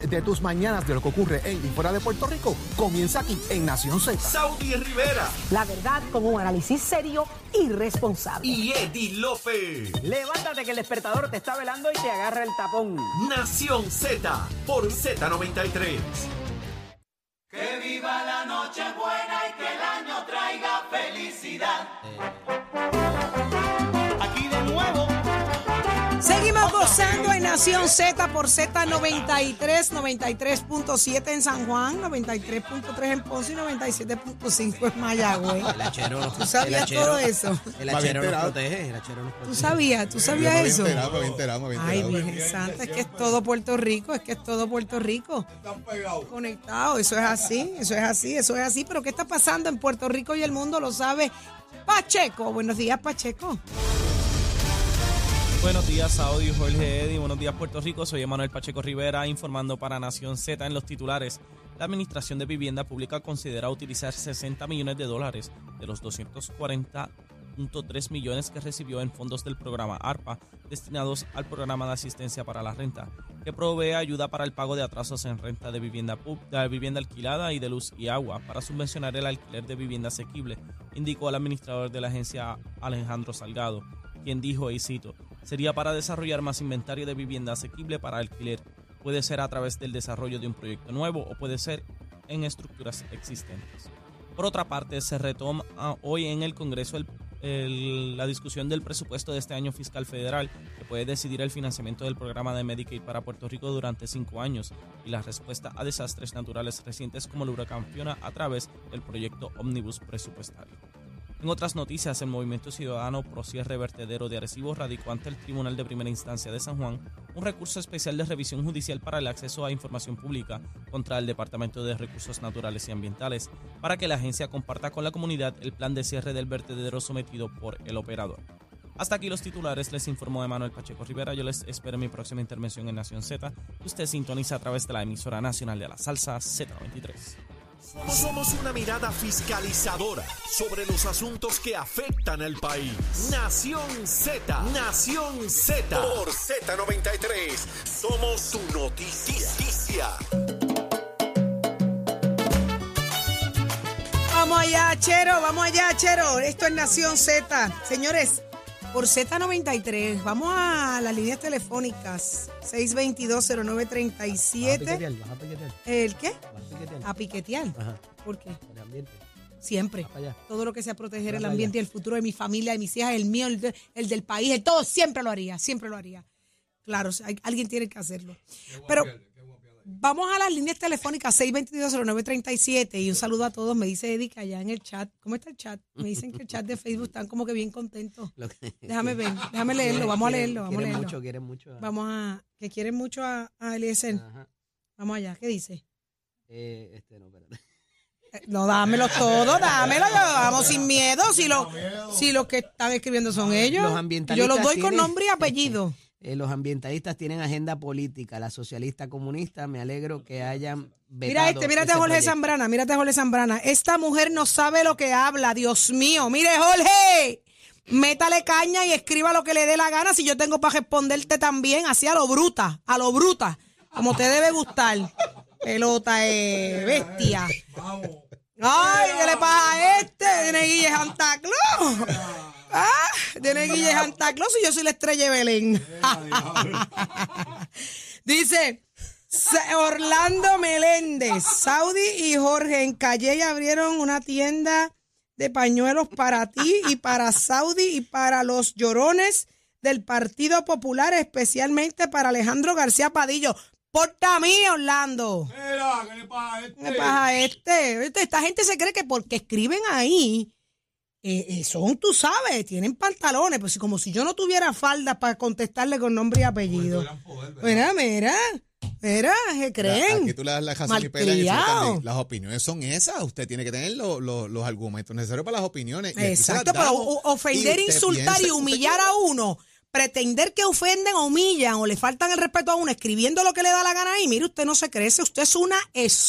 de tus mañanas de lo que ocurre en y fuera de Puerto Rico comienza aquí en Nación Z. Saudi Rivera. La verdad con un análisis serio y responsable. Y Eddie López. Levántate que el despertador te está velando y te agarra el tapón. Nación Z por Z93. Que viva la noche buena y que el año traiga felicidad. Aquí de nuevo. Seguimos gozando en Nación Z por Z93, 93.7 en San Juan, 93.3 en Ponce y 97.5 en Mayagüez. El hachero nos, ¿Tú sabías todo eso? El hachero nos protege, el hachero nos protege. ¿Tú sabías eso? Me había enterado. Ay, Virgen Santa, es que es todo Puerto Rico, Están pegados. Conectados, eso es así. Pero ¿qué está pasando en Puerto Rico y el mundo? Lo sabe Pacheco. Buenos días, Pacheco. Buenos días, Saudi, Jorge, Eddy. Buenos días, Puerto Rico. Soy Emanuel Pacheco Rivera, informando para Nación Z en los titulares. La Administración de Vivienda Pública considera utilizar $60 millones de los 240.3 millones que recibió en fondos del programa ARPA, destinados al programa de asistencia para la renta, que provee ayuda para el pago de atrasos en renta de vivienda alquilada y de luz y agua, para subvencionar el alquiler de vivienda asequible, indicó el administrador de la agencia, Alejandro Salgado, quien dijo, y cito, sería para desarrollar más inventario de vivienda asequible para alquiler. Puede ser a través del desarrollo de un proyecto nuevo o puede ser en estructuras existentes. Por otra parte, se retoma hoy en el Congreso la discusión del presupuesto de este año fiscal federal, que puede decidir el financiamiento del programa de Medicaid para Puerto Rico durante 5 años y la respuesta a desastres naturales recientes como el huracán Fiona a través del proyecto Ómnibus presupuestario. En otras noticias, el Movimiento Ciudadano Pro Cierre Vertedero de Arecibo radicó ante el Tribunal de Primera Instancia de San Juan un recurso especial de revisión judicial para el acceso a información pública contra el Departamento de Recursos Naturales y Ambientales, para que la agencia comparta con la comunidad el plan de cierre del vertedero sometido por el operador. Hasta aquí los titulares, les informó Emanuel Pacheco Rivera. Yo les espero en mi próxima intervención en Nación Z. Usted sintoniza a través de la emisora nacional de la salsa Z93. Somos una mirada fiscalizadora sobre los asuntos que afectan al país. Nación Z por Z93. Somos tu noticia. Vamos allá, Chero. Esto es Nación Z. Señores, por Z93, vamos a las líneas telefónicas. 622-0937. Vas a piquetear. ¿El qué? Vas a piquetear. A piquetear. Ajá. ¿Por qué? El ambiente. Siempre. Vas para allá. Todo lo que sea proteger Vas el para ambiente y el futuro de mi familia, de mis hijas, el mío, el del país, el todo, siempre lo haría. Claro, alguien tiene que hacerlo. Pero vamos a las líneas telefónicas 622-0937 y un saludo a todos. Me dice Eddie que allá en el chat, ¿cómo está el chat? Me dicen que el chat de Facebook están como que bien contentos. Déjame leerlo, vamos a leerlo. Quieren mucho. Que quieren mucho a Eliezer. Ajá. Vamos allá, ¿qué dice? No, espérate. No, dámelos todos, vamos sin miedo. Si los que están escribiendo son ellos, Los ambientalistas yo los doy con tienen- nombre y apellido. Los ambientalistas tienen agenda política, la socialista comunista, me alegro que hayan vetado Mírate a ese Jorge Zambrana, Esta mujer no sabe lo que habla, Dios mío. Mire, Jorge, métale caña y escriba lo que le dé la gana. Si yo tengo para responderte también, así a lo bruta, como te debe gustar. Pelota, bestia. Ay, ¿qué le pasa a este? Tiene Guille Santa Claus. Tiene Guille Santa Claus y yo soy la estrella de Belén. Dice Orlando Meléndez, Saudi y Jorge en Calle abrieron una tienda de pañuelos para ti y para Saudi y para los llorones del Partido Popular, especialmente para Alejandro García Padillo. Porta a mí, Orlando. Mira, ¿qué le pasa a este? ¿Qué le pasa a este? Esta gente se cree que porque escriben ahí, son, tú sabes, tienen pantalones. Pues como si yo no tuviera falda para contestarle con nombre y apellido. Mira, ¿qué creen? Aquí tú le das la razón y pela Malcriado. Las opiniones son esas. Usted tiene que tener los argumentos necesarios para las opiniones. Y aquí se Exacto, las pero damos. ofender, Y usted insultar piensa y que humillar a uno, pretender que ofenden o humillan o le faltan el respeto a uno escribiendo lo que le da la gana ahí, mire, usted no se crece, usted es una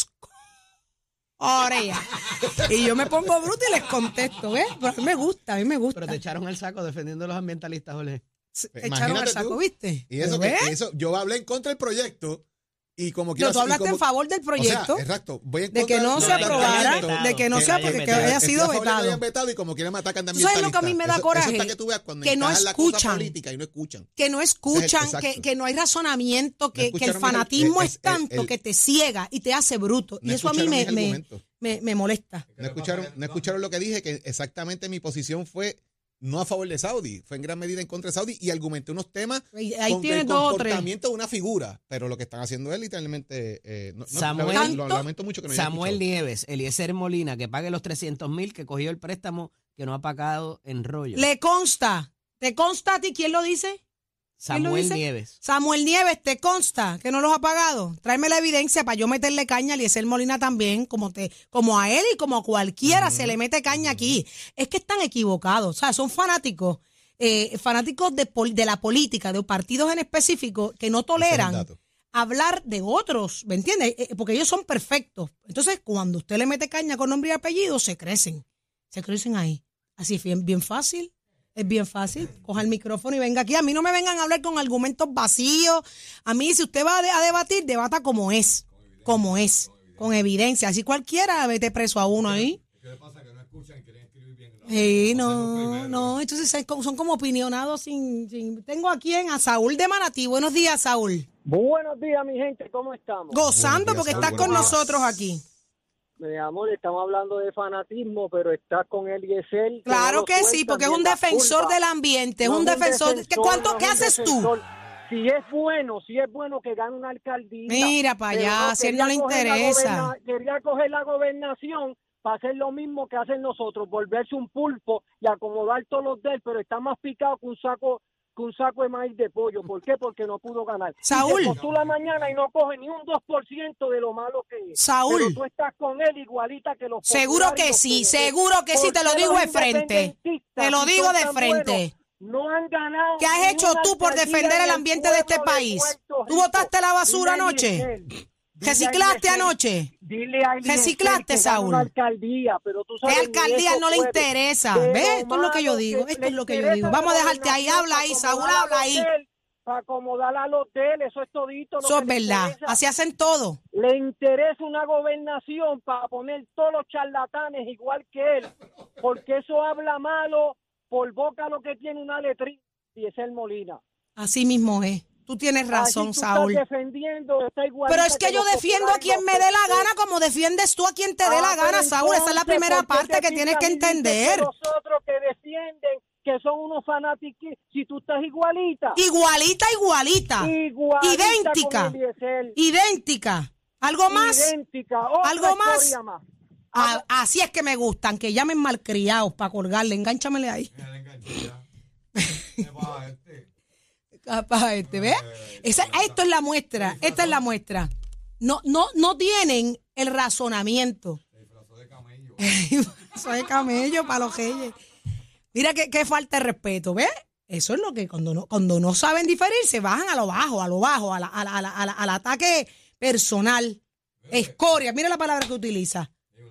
escoria. Y yo me pongo bruta y les contesto, ¿ves? Pero a mí me gusta. Pero te echaron al saco defendiendo a los ambientalistas, Jorge. Echaron al saco, tú. ¿viste? Y eso, ¿Ves? yo hablé en contra del proyecto Y como Pero tú hablaste en favor del proyecto. O sea, exacto. Voy en de que contra no del se proyecto. aprobara, de que no sea porque que haya sido vetado. Y como quieren me atacan también. ¿Sabes lo que a mí me da coraje? Eso está que tú veas cuando que no encajan la cosa escuchan. política y no escuchan. Que no escuchan, Exacto. que no hay razonamiento, No que el escucharon fanatismo el- es tanto que te ciega y te hace bruto. No Y eso a mí escucharon mis argumentos. me molesta. No escucharon lo que dije, que exactamente mi posición fue no a favor de Saudi, fue en gran medida en contra de Saudi y argumenté unos temas Ahí con tienes el 2 o 3. comportamiento de una figura, pero lo que están haciendo es literalmente, Samuel- lo lamento mucho que no haya Samuel escuchado. Nieves, Eliezer Molina, que pague los 300,000 que cogió el préstamo que no ha pagado en rollo. Le consta. ¿Te consta a ti quién lo dice? ¿Quién lo Samuel dice? Nieves. Samuel Nieves, ¿te consta que no los ha pagado? Tráeme la evidencia para yo meterle caña a Eliezer Molina también, como a él y como a cualquiera se le mete caña aquí. Es que están equivocados, o sea, son fanáticos de la política, de partidos en específico que no Ese es el toleran dato. hablar de otros, ¿me entiendes? Porque ellos son perfectos. Entonces, cuando usted le mete caña con nombre y apellido, se crecen ahí. Así es bien fácil. Es bien fácil, coja el micrófono y venga aquí. A mí no me vengan a hablar con argumentos vacíos. A mí, si usted va a debatir, debata como es, con evidencia. Así cualquiera mete preso a uno ahí. ¿Qué le pasa? Que no escuchan y quieren escribir bien. Sí, no, entonces son como opinionados sin... Tengo aquí a Saúl de Manatí. Buenos días, Saúl. Buenos días, mi gente, ¿cómo estamos? Gozando Buenos días, porque Saúl, estás con buenos días. nosotros aquí. Mi amor, estamos hablando de fanatismo, pero estás con Eliezer. Claro que sí, porque es un defensor del ambiente, es un defensor. ¿Qué haces tú? Si es bueno que gane una alcaldía. Mira para pero allá, si a él no le quería coger interesa. quería coger la gobernación para hacer lo mismo que hacen nosotros, volverse un pulpo y acomodar todos los de él, pero está más picado que un saco de maíz de pollo. ¿Por qué? Porque no pudo ganar. Saúl. Y se postula mañana y no coge ni un 2% de lo malo que es. Saúl. Pero tú estás con él igualita que los Seguro que sí, te lo digo de frente. Te lo digo de frente. No han ganado. ¿Qué has hecho tú por defender el ambiente de este país? ¿Tú botaste la basura anoche? ¿Reciclaste anoche? Dile a Eliezer ¿Reciclaste, que gane Saúl? una alcaldía, pero tú ¿Qué sabes, alcaldía ni eso no le puede. interesa? De ¿Ves? lo Esto es lo que yo malo digo. que Esto le es lo que yo interesa digo. Vamos a dejarte ahí. Habla ahí, Saúl, habla ahí. Para acomodar a los de él, eso es todito. lo Eso que es le verdad. interesa. Así hacen todo. Le interesa una gobernación para poner todos los charlatanes igual que él, porque eso habla malo por boca lo que tiene una letrina y es el Molina. Así mismo es. Tú tienes razón, Así tú Saúl. estás defendiendo, está igualita Pero es que yo los defiendo a quien me dé la gana como defiendes tú a quien te dé la pero gana, Saúl. Esa es la entonces, primera ¿por qué parte te que tienes que pican y dices entender. que los otros que defienden que son unos fanáticos, si tú estás igualita. Igualita. Igualita Idéntica. con Eliezer. Idéntica. ¿Algo más? Idéntica. Otra ¿Algo más? historia más. Así es que me gustan, que llamen malcriados para colgarle. Engánchamele ahí. Capaz ¿ves? Esto es la muestra. Esta es la muestra. No tienen el razonamiento. Disfrazó de camello para los reyes. Mira qué falta de respeto, ¿ves? Eso es lo que cuando no saben diferir, se bajan a lo bajo, al ataque personal. Escoria, mira la palabra que utiliza.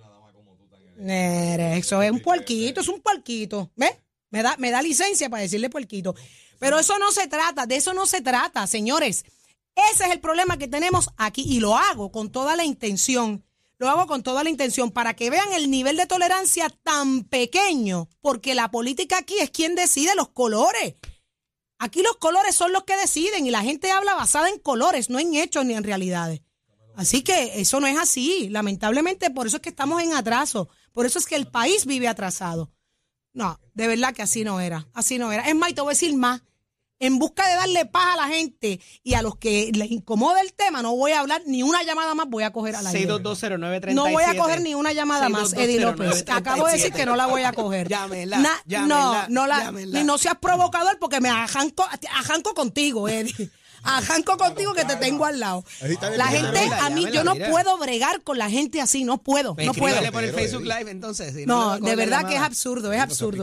Eso es un puerquito, ¿ves? Me da licencia para decirle puerquito. Pero eso no se trata, de eso no se trata, señores. Ese es el problema que tenemos aquí y lo hago con toda la intención. Para que vean el nivel de tolerancia tan pequeño, porque la política aquí es quien decide los colores. Aquí los colores son los que deciden y la gente habla basada en colores, no en hechos ni en realidades. Así que eso no es así, lamentablemente, por eso es que estamos en atraso, por eso es que el país vive atrasado. No, de verdad que así no era. Es más, y te voy a decir más. En busca de darle paz a la gente y a los que les incomoda el tema, no voy a hablar ni una llamada más, voy a coger a la 6220937. No voy a coger ni una llamada más, Eddie López. Acabo de decir que no la voy a coger. Llámenla. Ni no seas provocador porque me ajanco contigo, Eddie. Ajanco contigo que te tengo al lado. La gente, a mí, yo no puedo bregar con la gente así, no puedo. No puedo. Escríbele por el Facebook Live entonces. No, de verdad que es absurdo.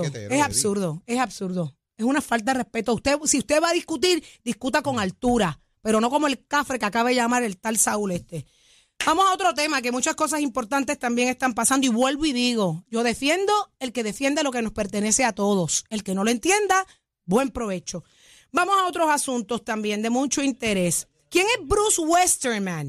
Es una falta de respeto. Si usted va a discutir, discuta con altura, pero no como el cafre que acaba de llamar el tal Saúl este. Vamos a otro tema, que muchas cosas importantes también están pasando y vuelvo y digo, yo defiendo el que defiende lo que nos pertenece a todos. El que no lo entienda, buen provecho. Vamos a otros asuntos también de mucho interés. ¿Quién es Bruce Westerman?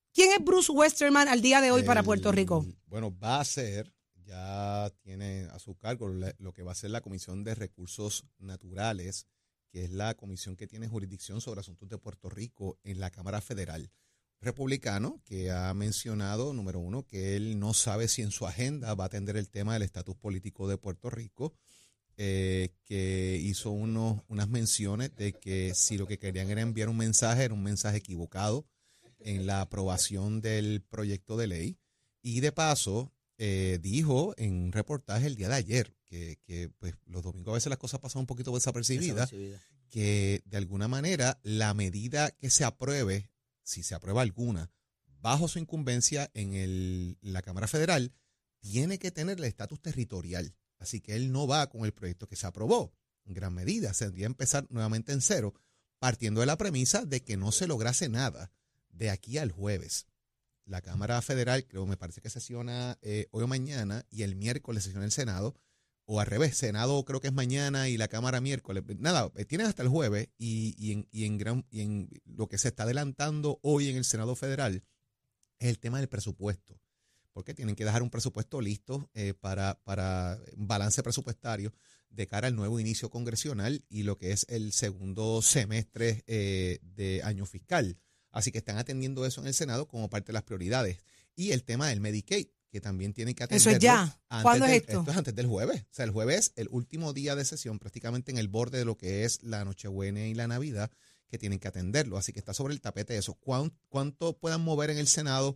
¿Quién es Bruce Westerman al día de hoy para Puerto Rico? Bueno, va a ser, ya tiene a su cargo lo que va a ser la Comisión de Recursos Naturales, que es la comisión que tiene jurisdicción sobre asuntos de Puerto Rico en la Cámara Federal. Republicano que ha mencionado, número uno, que él no sabe si en su agenda va a atender el tema del estatus político de Puerto Rico, que hizo unas menciones de que si lo que querían era enviar un mensaje, era un mensaje equivocado en la aprobación del proyecto de ley. Y de paso, dijo en un reportaje el día de ayer, que pues, los domingos a veces las cosas pasan un poquito desapercibidas, que de alguna manera la medida que se apruebe, si se aprueba alguna, bajo su incumbencia en la Cámara Federal, tiene que tener el estatus territorial. Así que él no va con el proyecto que se aprobó. En gran medida, se tendría que empezar nuevamente en cero, partiendo de la premisa de que no se lograse nada de aquí al jueves. La Cámara Federal, me parece que sesiona hoy o mañana, y el miércoles sesiona el Senado, o al revés, Senado creo que es mañana y la Cámara miércoles. Nada, tienen hasta el jueves, y en lo que se está adelantando hoy en el Senado Federal es el tema del presupuesto, porque tienen que dejar un presupuesto listo para un balance presupuestario de cara al nuevo inicio congresional y lo que es el segundo semestre de año fiscal. Así que están atendiendo eso en el Senado como parte de las prioridades. Y el tema del Medicaid, que también tienen que atenderlo. Eso es ya. ¿Cuándo es esto? Esto es antes del jueves. O sea, el jueves es el último día de sesión, prácticamente en el borde de lo que es la Nochebuena y la Navidad, que tienen que atenderlo. Así que está sobre el tapete eso. ¿Cuánto puedan mover en el Senado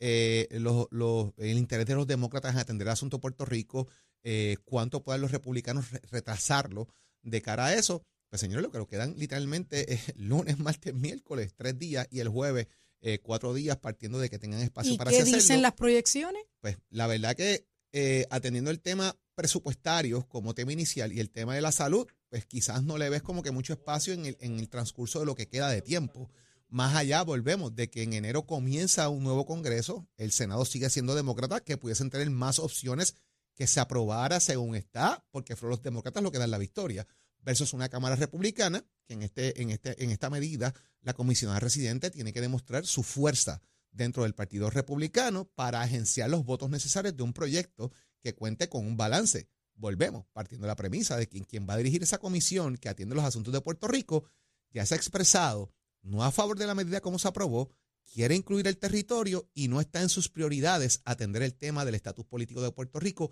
el interés de los demócratas en atender el asunto de Puerto Rico? ¿Cuánto puedan los republicanos retrasarlo de cara a eso? Pues señores, lo que nos quedan literalmente es lunes, martes, miércoles, 3 días, y el jueves 4 días, partiendo de que tengan espacio para hacerlo. ¿Y qué dicen las proyecciones? Pues la verdad que atendiendo el tema presupuestario como tema inicial y el tema de la salud, pues quizás no le ves como que mucho espacio en el transcurso de lo que queda de tiempo. Más allá, volvemos, de que en enero comienza un nuevo Congreso, el Senado sigue siendo demócrata, que pudiesen tener más opciones que se aprobara según está, porque fueron los demócratas los que dan la victoria, versus una Cámara Republicana, que en esta medida la comisionada residente tiene que demostrar su fuerza dentro del Partido Republicano para agenciar los votos necesarios de un proyecto que cuente con un balance. Volvemos, partiendo de la premisa de que quien va a dirigir esa comisión que atiende los asuntos de Puerto Rico ya se ha expresado no a favor de la medida como se aprobó, quiere incluir el territorio y no está en sus prioridades atender el tema del estatus político de Puerto Rico,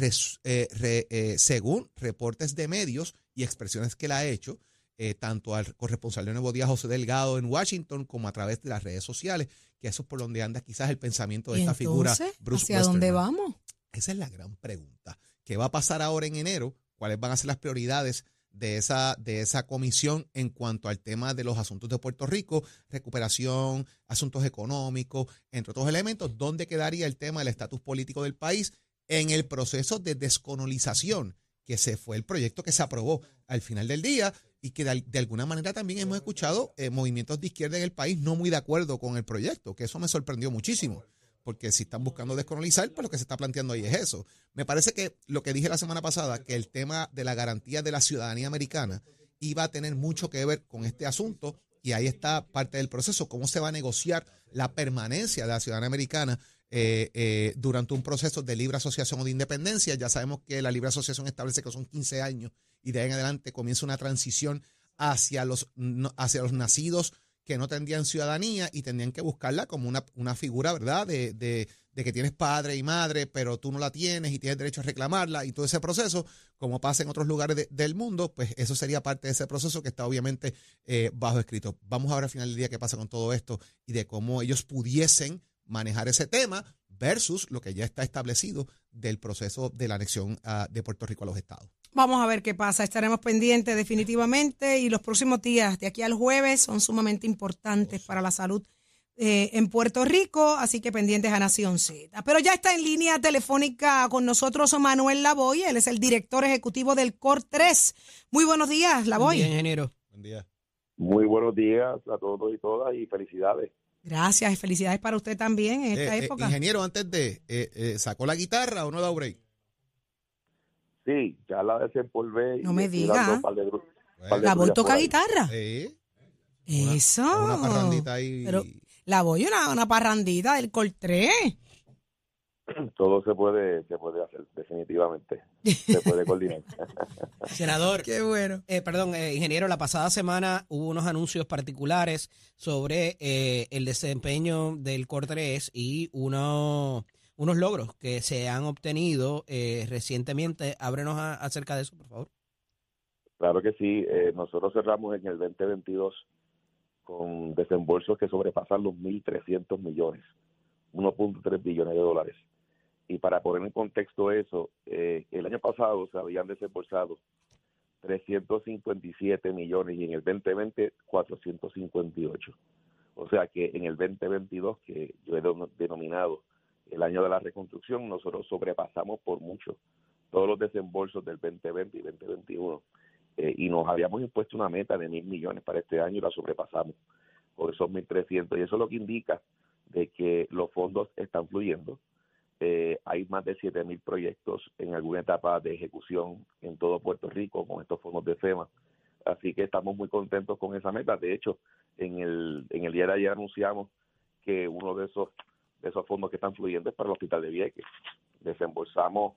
según reportes de medios y expresiones que él ha hecho, tanto al corresponsal de Nuevo Día, José Delgado, en Washington, como a través de las redes sociales, que eso es por donde anda quizás el pensamiento de esta figura, Bruce ¿hacia dónde vamos? Esa es la gran pregunta. ¿Qué va a pasar ahora en enero? ¿Cuáles van a ser las prioridades de esa comisión en cuanto al tema de los asuntos de Puerto Rico, recuperación, asuntos económicos, entre otros elementos? ¿Dónde quedaría el tema del estatus político del país en el proceso de descolonización, que se fue el proyecto que se aprobó al final del día y que de alguna manera también hemos escuchado movimientos de izquierda en el país no muy de acuerdo con el proyecto, que eso me sorprendió muchísimo? Porque si están buscando descolonizar, pues lo que se está planteando ahí es eso. Me parece que lo que dije la semana pasada, que el tema de la garantía de la ciudadanía americana iba a tener mucho que ver con este asunto, y ahí está parte del proceso, cómo se va a negociar la permanencia de la ciudadanía americana durante un proceso de libre asociación o de independencia. Ya sabemos que la libre asociación establece que son 15 años y de ahí en adelante comienza una transición hacia los nacidos que no tendrían ciudadanía y tendrían que buscarla como una figura, ¿verdad?, de que tienes padre y madre, pero tú no la tienes y tienes derecho a reclamarla, y todo ese proceso, como pasa en otros lugares del mundo, pues eso sería parte de ese proceso que está obviamente bajo escrito. Vamos a ver al final del día qué pasa con todo esto y de cómo ellos pudiesen manejar ese tema versus lo que ya está establecido del proceso de la anexión de Puerto Rico a los estados. Vamos a ver qué pasa. Estaremos pendientes definitivamente, y los próximos días de aquí al jueves son sumamente importantes para la salud en Puerto Rico, así que pendientes a Nación Z. Pero ya está en línea telefónica con nosotros Manuel Lavoy, él es el director ejecutivo del COR 3. Muy buenos días, Lavoy. Buen día, ingeniero. Buen día. Muy buenos días a todos y todas, y felicidades. Gracias, y felicidades para usted también en esta época. Ingeniero, antes ¿sacó la guitarra o no da break? Sí, ya la desempolvé. No me diga. ¿Lavoy toca guitarra? Sí. Eso. Una parrandita ahí. Pero, la voy una parrandita del Col 3. Todo se puede hacer, definitivamente. Se puede coordinar. Senador, Qué bueno. Ingeniero, la pasada semana hubo unos anuncios particulares sobre el desempeño del Col 3 y unos logros que se han obtenido recientemente. Ábrenos acerca de eso, por favor. Claro que sí. Nosotros cerramos en el 2022 con desembolsos que sobrepasan los 1.300 millones, 1.3 billones de dólares. Y para poner en contexto eso, el año pasado se habían desembolsado 357 millones y en el 2020 458. O sea que en el 2022, que yo he denominado el año de la reconstrucción, nosotros sobrepasamos por mucho todos los desembolsos del 2020 y 2021. Y nos habíamos impuesto una meta de 1.000 millones para este año y la sobrepasamos por esos 1.300. Y eso es lo que indica de que los fondos están fluyendo. Hay más de 7.000 proyectos en alguna etapa de ejecución en todo Puerto Rico con estos fondos de FEMA. Así que estamos muy contentos con esa meta. De hecho, en el día de ayer anunciamos que uno de esos fondos que están fluyendo es para el Hospital de Vieques. Desembolsamos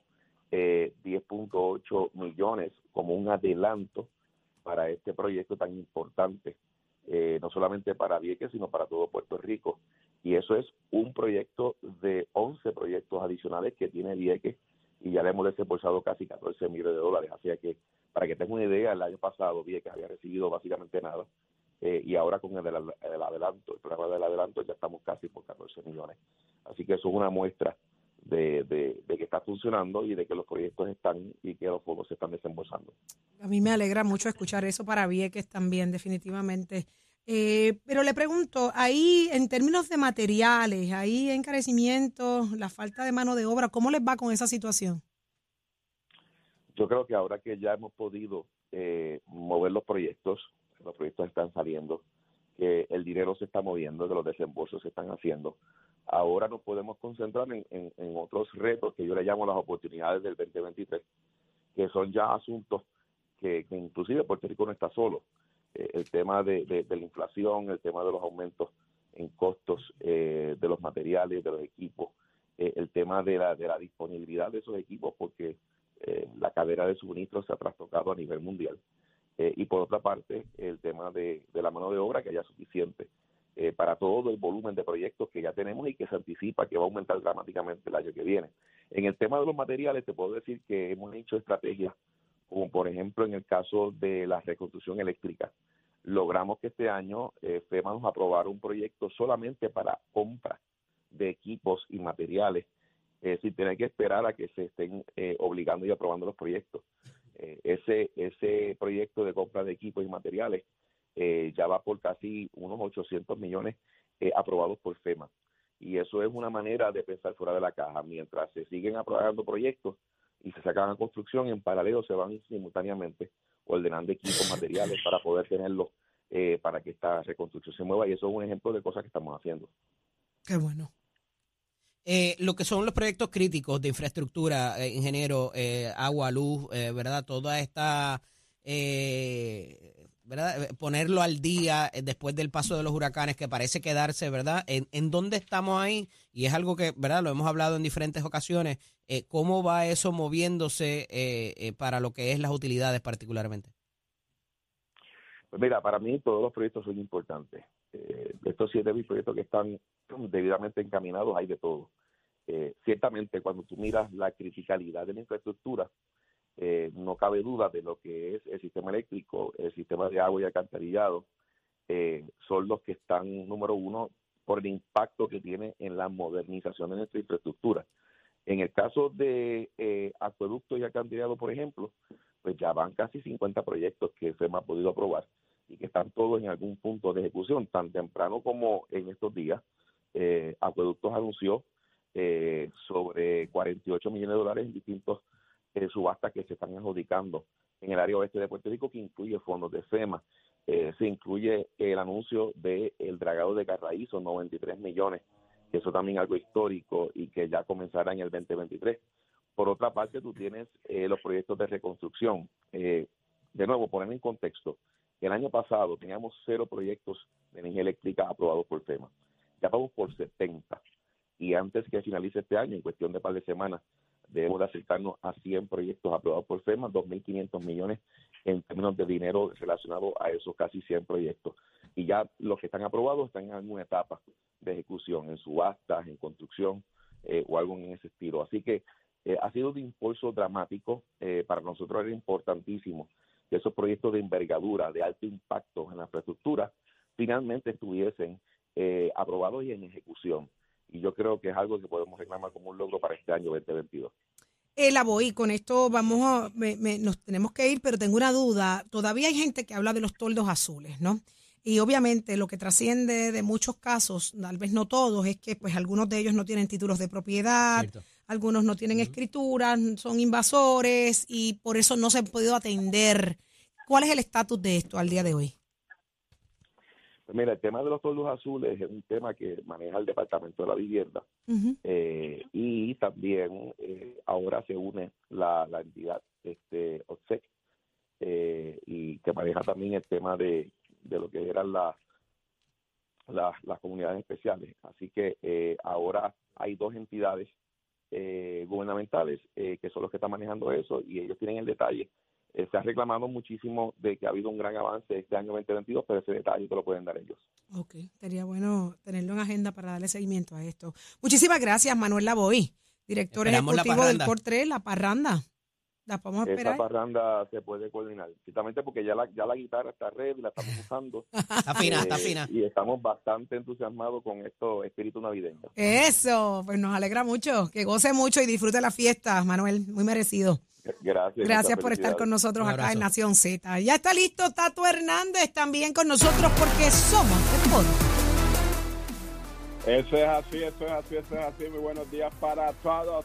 10.8 millones como un adelanto para este proyecto tan importante, no solamente para Vieques, sino para todo Puerto Rico. Y eso es un proyecto de 11 proyectos adicionales que tiene Vieques y ya le hemos desembolsado casi 14 millones de dólares. Así que, para que tengan una idea, el año pasado Vieques había recibido básicamente nada y ahora con el adelanto, el programa del adelanto, ya estamos casi por 14 millones. Así que eso es una muestra de que está funcionando y de que los proyectos están y que los fondos se están desembolsando. A mí me alegra mucho escuchar eso para Vieques también, definitivamente. Pero le pregunto, ahí en términos de materiales, ahí encarecimientos, la falta de mano de obra, ¿cómo les va con esa situación? Yo creo que ahora que ya hemos podido mover los proyectos están saliendo, que el dinero se está moviendo, que los desembolsos se están haciendo. Ahora nos podemos concentrar en otros retos que yo le llamo las oportunidades del 2023, que son ya asuntos que inclusive Puerto Rico no está solo. El tema de la inflación, el tema de los aumentos en costos de los materiales, de los equipos, el tema de la disponibilidad de esos equipos, porque la cadena de suministro se ha trastocado a nivel mundial. Y por otra parte, el tema de la mano de obra, que haya suficiente para todo el volumen de proyectos que ya tenemos y que se anticipa que va a aumentar dramáticamente el año que viene. En el tema de los materiales, te puedo decir que hemos hecho estrategias, como por ejemplo en el caso de la reconstrucción eléctrica. Logramos que este año FEMA nos aprobara un proyecto solamente para compra de equipos y materiales, sin tener que esperar a que se estén obligando y aprobando los proyectos. Ese proyecto de compra de equipos y materiales ya va por casi unos 800 millones aprobados por FEMA. Y eso es una manera de pensar fuera de la caja. Mientras se siguen aprobando proyectos y se sacan a construcción, en paralelo se van simultáneamente ordenando equipos, materiales para poder tenerlos para que esta reconstrucción se mueva. Y eso es un ejemplo de cosas que estamos haciendo. Qué bueno. Lo que son los proyectos críticos de infraestructura, ingeniero, agua, luz, ¿verdad? Toda esta, ¿verdad? Ponerlo al día después del paso de los huracanes, que parece quedarse, ¿verdad? ¿En dónde estamos ahí? Y es algo que, ¿verdad? Lo hemos hablado en diferentes ocasiones. ¿Cómo va eso moviéndose para lo que es las utilidades particularmente? Pues mira, para mí todos los proyectos son importantes. De estos 7.000 proyectos que están debidamente encaminados, hay de todo. Ciertamente, cuando tú miras la criticalidad de la infraestructura, no cabe duda de lo que es el sistema eléctrico, el sistema de agua y alcantarillado, son los que están número uno por el impacto que tiene en la modernización de nuestra infraestructura. En el caso de acueducto y alcantarillado, por ejemplo, pues ya van casi 50 proyectos que FEMA ha podido aprobar y que están todos en algún punto de ejecución, tan temprano como en estos días. Acueductos anunció sobre 48 millones de dólares en distintos subastas que se están adjudicando en el área oeste de Puerto Rico, que incluye fondos de FEMA. Se incluye el anuncio del dragado de Carraízo, 93 millones, que eso también es algo histórico y que ya comenzará en el 2023. Por otra parte, tú tienes los proyectos de reconstrucción. De nuevo, poner en contexto, el año pasado teníamos 0 proyectos de energía eléctrica aprobados por FEMA. ya vamos por 70. Y antes que finalice este año, en cuestión de par de semanas, debemos de acercarnos a 100 proyectos aprobados por FEMA, 2.500 millones en términos de dinero relacionado a esos casi 100 proyectos. Y ya los que están aprobados están en alguna etapa de ejecución, en subastas, en construcción o algo en ese estilo. Así que ha sido de impulso dramático. Para nosotros era importantísimo que esos proyectos de envergadura, de alto impacto en la infraestructura, finalmente estuviesen aprobados y en ejecución. Y yo creo que es algo que podemos reclamar como un logro para este año 2022. Voy, con esto nos tenemos que ir, pero tengo una duda. Todavía hay gente que habla de los toldos azules, ¿no? Y obviamente lo que trasciende de muchos casos, tal vez no todos, es que pues algunos de ellos no tienen títulos de propiedad, cierto, algunos no tienen escrituras, son invasores y por eso no se han podido atender. ¿Cuál es el estatus de esto al día de hoy? Pues mira, el tema de los toldos azules es un tema que maneja el Departamento de la Vivienda. Y también ahora se une la entidad OTSEC y que maneja también el tema de lo que eran las comunidades especiales. Así que ahora hay dos entidades gubernamentales que son los que están manejando eso y ellos tienen el detalle. Se ha reclamado muchísimo de que ha habido un gran avance este año 2022, pero ese detalle te lo pueden dar ellos. Ok, sería bueno tenerlo en agenda para darle seguimiento a esto. Muchísimas gracias, Manuel Lavoy, director ejecutivo del COR 3, La Parranda. La podemos esperar. Esa parranda se puede coordinar, ciertamente porque ya la guitarra está ready, la estamos usando. Está fina, está fina. Y estamos bastante entusiasmados con esto espíritu navideño. Eso, pues nos alegra mucho, que goce mucho y disfrute la fiesta, Manuel, muy merecido. Gracias por estar con nosotros acá en Nación Z. Ya está listo Tato Hernández también con nosotros porque somos deporte. Eso es así. Muy buenos días para todos.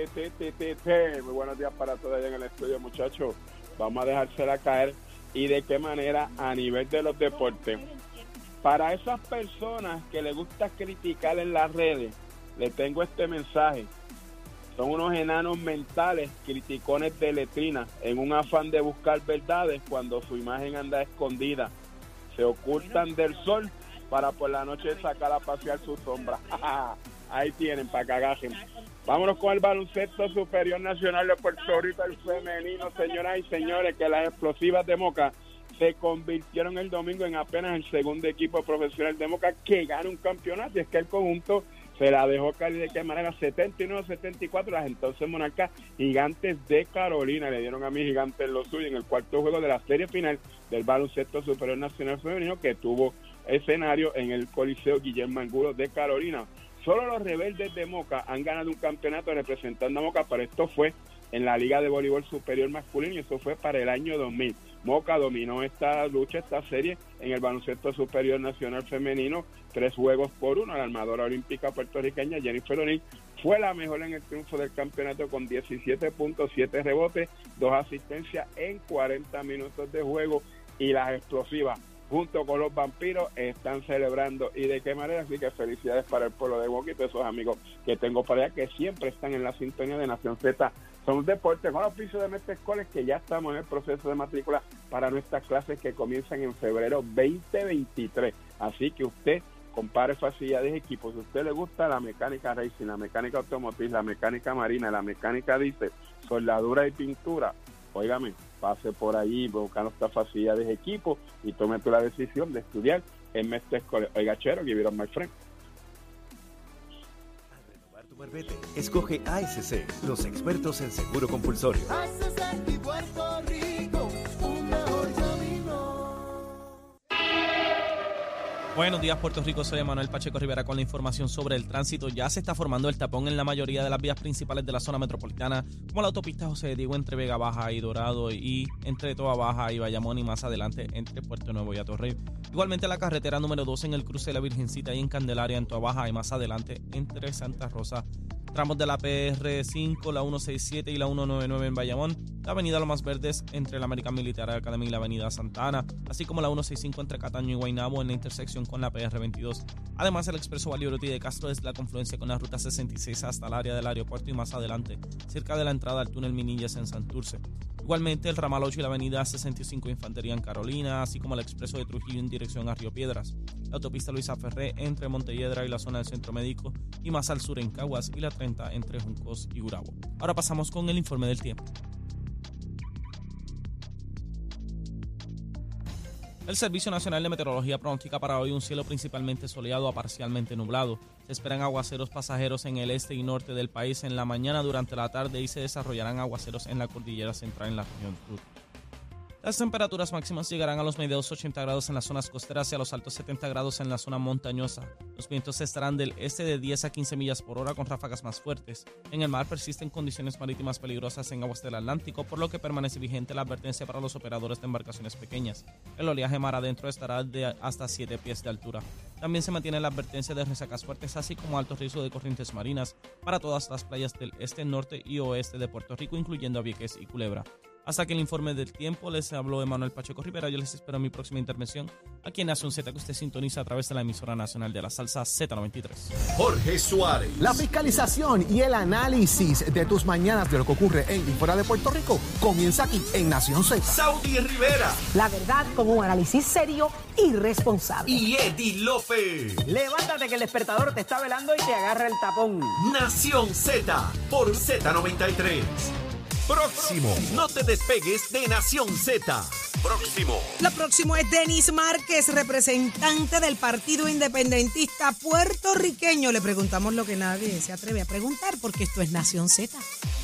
Muy buenos días para todos allá en el estudio, muchachos. Vamos a dejársela caer. ¿Y de qué manera? A nivel de los deportes. Para esas personas que les gusta criticar en las redes, les tengo este mensaje. Son unos enanos mentales, criticones de letrina, en un afán de buscar verdades cuando su imagen anda escondida. Se ocultan del sol para por la noche sacar a pasear su sombra. Ahí tienen, para que agajen. Vámonos con el baloncesto superior nacional de Puerto Rico, el femenino, señoras y señores, que las explosivas de Moca se convirtieron el domingo en apenas el segundo equipo profesional de Moca que gana un campeonato. Y es que el conjunto se la dejó caer de qué manera, 79-74, las entonces monarcas Gigantes de Carolina le dieron a mis Gigantes lo suyo en el cuarto juego de la serie final del baloncesto superior nacional femenino que tuvo escenario en el Coliseo Guillermo Angulo de Carolina. Solo los rebeldes de Moca han ganado un campeonato representando a Moca, pero esto fue en la Liga de Voleibol Superior Masculino y eso fue para el año 2000. Moca dominó esta lucha, esta serie en el baloncesto superior nacional femenino, 3-1. La armadora olímpica puertorriqueña Jennifer O'Neill fue la mejor en el triunfo del campeonato con 17 puntos, 7 rebotes, 2 asistencias en 40 minutos de juego y las explosivas junto con los vampiros están celebrando y de qué manera. Así que felicidades para el pueblo de Moca y todos esos amigos que tengo por allá que siempre están en la sintonía de Nación Z. Son deportes con los pisos de Mestre College que ya estamos en el proceso de matrícula para nuestras clases que comienzan en febrero 2023. Así que usted compare facilidades de equipos. Si a usted le gusta la mecánica racing, la mecánica automotriz, la mecánica marina, la mecánica diésel, soldadura y pintura, óigame, pase por allí buscando estas facilidades de equipo y tome tú la decisión de estudiar en Mestre College. Oiga, chero, give it up, my friend. Marbete. Escoge ASC, los expertos en seguro compulsorio. ASC y Puerto Rico, un mejor camino. Buenos días, Puerto Rico. Soy Manuel Pacheco Rivera con la información sobre el tránsito. Ya se está formando el tapón en la mayoría de las vías principales de la zona metropolitana, como la autopista José Diego entre Vega Baja y Dorado y entre Toa Baja y Bayamón y más adelante entre Puerto Nuevo y Atorrey. Igualmente la carretera número 2 en el cruce de la Virgencita y en Candelaria en Toa Baja y más adelante entre Santa Rosa. Tramos de la PR5, la 167 y la 199 en Bayamón, la avenida Lomas Verdes entre la American Military Academy y la avenida Santa Ana, así como la 165 entre Cataño y Guaynabo en la intersección con la PR22. Además, el expreso Valierotti de Castro desde la confluencia con la ruta 66 hasta el área del aeropuerto y más adelante, cerca de la entrada al túnel Minillas en Santurce. Igualmente, el ramal 8 y la avenida 65 Infantería en Carolina, así como el expreso de Trujillo en dirección a Río Piedras, la autopista Luisa Ferré entre Montelledra y la zona del Centro Médico y más al sur en Caguas y la 30 entre Juncos y Gurabo. Ahora pasamos con el informe del tiempo. El Servicio Nacional de Meteorología pronostica para hoy un cielo principalmente soleado a parcialmente nublado. Se esperan aguaceros pasajeros en el este y norte del país en la mañana, durante la tarde, y se desarrollarán aguaceros en la cordillera central en la región sur. Las temperaturas máximas llegarán a los mediados 80 grados en las zonas costeras y a los altos 70 grados en la zona montañosa. Los vientos estarán del este de 10 a 15 millas por hora con ráfagas más fuertes. En el mar persisten condiciones marítimas peligrosas en aguas del Atlántico, por lo que permanece vigente la advertencia para los operadores de embarcaciones pequeñas. El oleaje mar adentro estará de hasta 7 pies de altura. También se mantiene la advertencia de resacas fuertes, así como alto riesgo de corrientes marinas para todas las playas del este, norte y oeste de Puerto Rico, incluyendo a Vieques y Culebra. Hasta que el informe del tiempo, les habló Emanuel Pacheco Rivera. Yo les espero en mi próxima intervención aquí en Nación Z, que usted sintoniza a través de la emisora nacional de la salsa Z93. Jorge Suárez. La fiscalización y el análisis de tus mañanas de lo que ocurre en y fuera de Puerto Rico comienza aquí en Nación Z. Saudi Rivera. La verdad con un análisis serio y responsable. Y Eddie López. Levántate que el despertador te está velando y te agarra el tapón. Nación Z por Z93. Próximo. No te despegues de Nación Z. Próximo. Lo próximo es Denis Márquez, representante del Partido Independentista puertorriqueño. Le preguntamos lo que nadie se atreve a preguntar, porque esto es Nación Z.